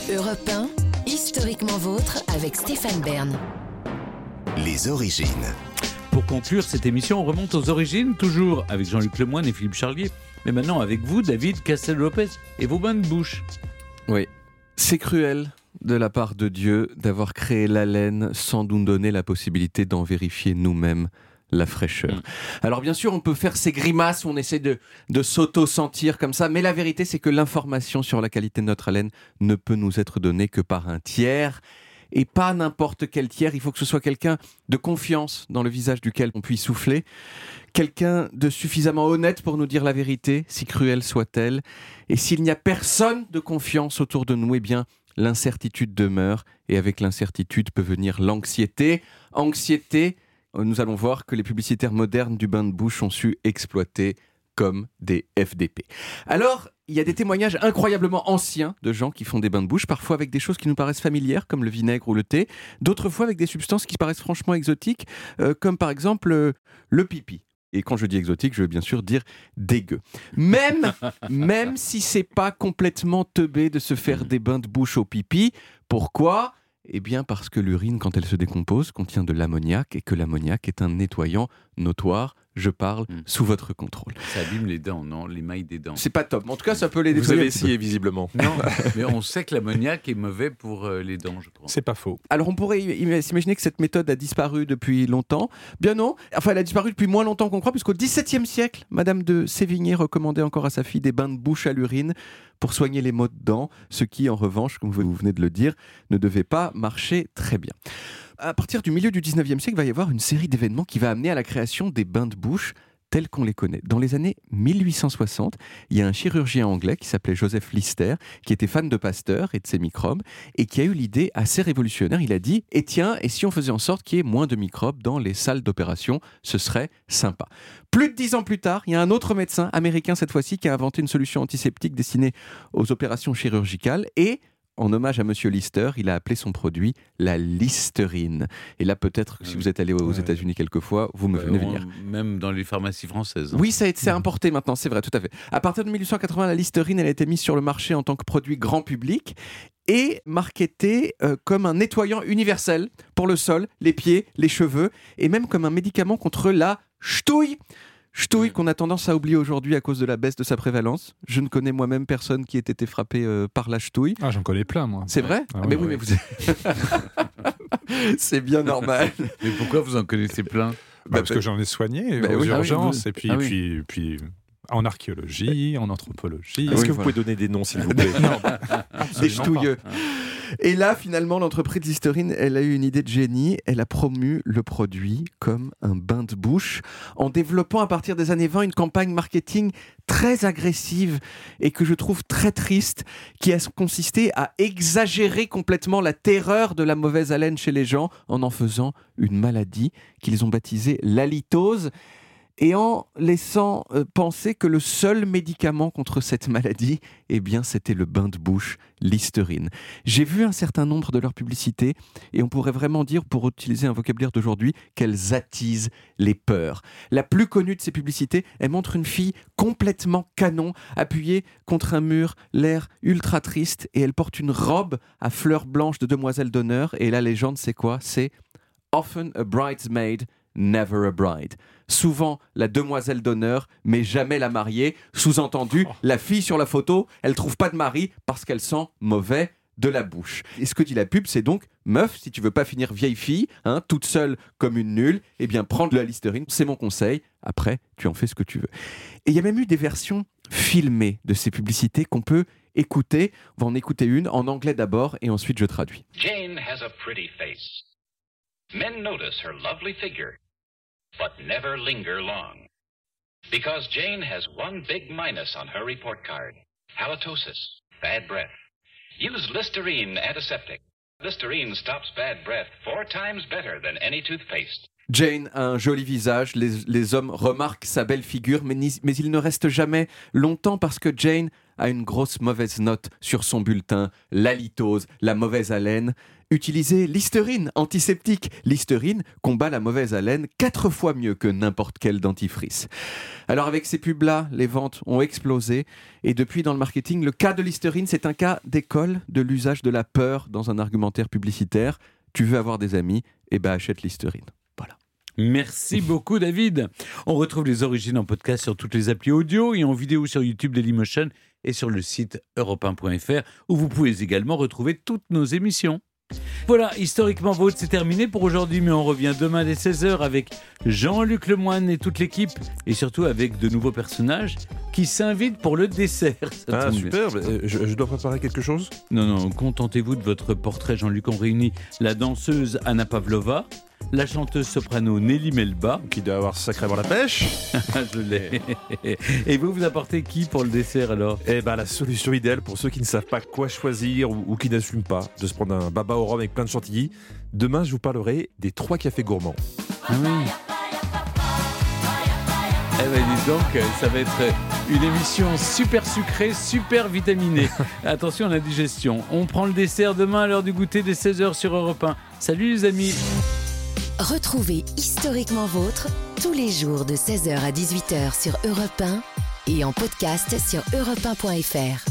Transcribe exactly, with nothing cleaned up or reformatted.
Europe un, historiquement vôtre avec Stéphane Bern. Les origines. Pour conclure cette émission, on remonte aux origines, toujours avec Jean-Luc Lemoyne et Philippe Charlier, mais maintenant avec vous, David Castel-Lopez, et vos bains de bouche. Oui, c'est cruel de la part de Dieu d'avoir créé la laine sans nous donner la possibilité d'en vérifier nous-mêmes la fraîcheur. Mmh. Alors bien sûr, on peut faire ces grimaces où on essaie de, de s'auto-sentir comme ça, mais la vérité, c'est que l'information sur la qualité de notre haleine ne peut nous être donnée que par un tiers, et pas n'importe quel tiers. Il faut que ce soit quelqu'un de confiance dans le visage duquel on puisse souffler, quelqu'un de suffisamment honnête pour nous dire la vérité, si cruelle soit-elle. Et s'il n'y a personne de confiance autour de nous, eh bien, l'incertitude demeure, et avec l'incertitude peut venir l'anxiété. Anxiété, nous allons voir que les publicitaires modernes du bain de bouche ont su exploiter comme des F D P. Alors, il y a des témoignages incroyablement anciens de gens qui font des bains de bouche, parfois avec des choses qui nous paraissent familières, comme le vinaigre ou le thé, d'autres fois avec des substances qui paraissent franchement exotiques, euh, comme par exemple euh, le pipi. Et quand je dis exotique, je veux bien sûr dire dégueu. Même, même si c'est pas complètement teubé de se faire des bains de bouche au pipi, pourquoi ? Eh bien parce que l'urine, quand elle se décompose, contient de l'ammoniac et que l'ammoniac est un nettoyant notoire. Je parle mmh. sous votre contrôle. Ça abîme les dents, non ? L'émail des dents. C'est pas top. En tout cas, ça peut les nettoyer. Vous avez essayé, visiblement. Non, mais on sait que l'ammoniac est mauvais pour euh, les dents, je crois. C'est pas faux. Alors, on pourrait s'imaginer que cette méthode a disparu depuis longtemps. Bien non. Enfin, elle a disparu depuis moins longtemps qu'on croit, puisqu'au dix-septième siècle, Madame de Sévigné recommandait encore à sa fille des bains de bouche à l'urine pour soigner les maux de dents, ce qui, en revanche, comme vous venez de le dire, ne devait pas marcher très bien. À partir du milieu du dix-neuvième siècle, il va y avoir une série d'événements qui va amener à la création des bains de bouche tels qu'on les connaît. Dans les années mille huit cent soixante, il y a un chirurgien anglais qui s'appelait Joseph Lister, qui était fan de Pasteur et de ses microbes, et qui a eu l'idée assez révolutionnaire. Il a dit « Et tiens, et si on faisait en sorte qu'il y ait moins de microbes dans les salles d'opération, ce serait sympa ». Plus de dix ans plus tard, il y a un autre médecin, américain cette fois-ci, qui a inventé une solution antiseptique destinée aux opérations chirurgicales, et en hommage à Monsieur Lister, il a appelé son produit la Listerine. Et là, peut-être, si vous êtes allé aux ouais. États-Unis quelquefois, vous me ouais, venez venir. Même dans les pharmacies françaises. Hein. Oui, ça a été, c'est importé maintenant, c'est vrai, tout à fait. À partir de mille huit cent quatre-vingts, la Listerine, elle a été mise sur le marché en tant que produit grand public et marketée euh, comme un nettoyant universel pour le sol, les pieds, les cheveux, et même comme un médicament contre la ch'touille. Ch'touille qu'on a tendance à oublier aujourd'hui à cause de la baisse de sa prévalence. Je ne connais moi-même personne qui ait été frappé euh, par la ch'touille. Ah, j'en connais plein, moi. C'est vrai ? ah, Mais oui, oui, oui. mais vous C'est bien normal. Mais pourquoi vous en connaissez plein ? bah, Parce bah, que j'en ai soigné bah, aux oui, urgences, ah oui, et puis, ah oui. puis, puis en archéologie, en anthropologie. Est-ce oui, que vous voilà. pouvez donner des noms, s'il vous plaît ? Non, des ch'touilleux. Et là, finalement, l'entreprise Listerine, elle a eu une idée de génie. Elle a promu le produit comme un bain de bouche en développant à partir des années vingt une campagne marketing très agressive et que je trouve très triste, qui a consisté à exagérer complètement la terreur de la mauvaise haleine chez les gens en en faisant une maladie qu'ils ont baptisée l'halitose. Et en laissant euh, penser que le seul médicament contre cette maladie, eh bien, c'était le bain de bouche Listerine. J'ai vu un certain nombre de leurs publicités et on pourrait vraiment dire, pour utiliser un vocabulaire d'aujourd'hui, qu'elles attisent les peurs. La plus connue de ces publicités, elle montre une fille complètement canon, appuyée contre un mur, l'air ultra triste, et elle porte une robe à fleurs blanches de demoiselle d'honneur. Et la légende, c'est quoi ? C'est « Often a bridesmaid, never a bride ». Souvent la demoiselle d'honneur, mais jamais la mariée. Sous-entendu, la fille sur la photo, elle trouve pas de mari parce qu'elle sent mauvais de la bouche. Et ce que dit la pub, c'est donc, meuf, si tu veux pas finir vieille fille, hein, toute seule comme une nulle, eh bien prends de la Listerine, c'est mon conseil. Après, tu en fais ce que tu veux. Et il y a même eu des versions filmées de ces publicités qu'on peut écouter. On va en écouter une en anglais d'abord et ensuite je traduis. Jane has a pretty face. Men notice her lovely figure, but never linger long. Because Jane has one big minus on her report card. Halitosis, bad breath. Use Listerine antiseptic. Listerine stops bad breath four times better than any toothpaste. Jane a un joli visage, les, les hommes remarquent sa belle figure, mais, ni, mais il ne reste jamais longtemps parce que Jane a une grosse mauvaise note sur son bulletin, l'halitose, la mauvaise haleine. Utilisez Listerine, antiseptique. Listerine combat la mauvaise haleine quatre fois mieux que n'importe quel dentifrice. Alors avec ces pubs-là, les ventes ont explosé et depuis dans le marketing, le cas de Listerine, c'est un cas d'école de l'usage de la peur dans un argumentaire publicitaire. Tu veux avoir des amis, eh ben achète Listerine. Voilà. Merci beaucoup David. On retrouve les origines en podcast sur toutes les applis audio et en vidéo sur YouTube Dailymotion et sur le site europe un point f r où vous pouvez également retrouver toutes nos émissions. Voilà, Historiquement Vôtre, c'est terminé pour aujourd'hui, mais on revient demain dès seize heures avec Jean-Luc Lemoyne et toute l'équipe, et surtout avec de nouveaux personnages qui s'invitent pour le dessert. Ça ah super, je, je dois préparer quelque chose ? Non, non, contentez-vous de votre portrait, Jean-Luc. On réunit la danseuse Anna Pavlova, la chanteuse soprano Nelly Melba. Qui doit avoir sacrément la pêche. Je l'ai. Et vous, vous apportez qui pour le dessert alors ? Eh ben la solution idéale pour ceux qui ne savent pas quoi choisir ou, ou qui n'assument pas de se prendre un baba au rhum avec plein de chantilly. Demain, je vous parlerai des trois cafés gourmands. Ah oui. Eh ben dis donc, ça va être une émission super sucrée, super vitaminée. Attention à la digestion. On prend le dessert demain à l'heure du goûter dès seize heures sur Europe un. Salut les amis. Retrouvez Historiquement Vôtre tous les jours de seize heures à dix-huit heures sur Europe un et en podcast sur europe un point f r.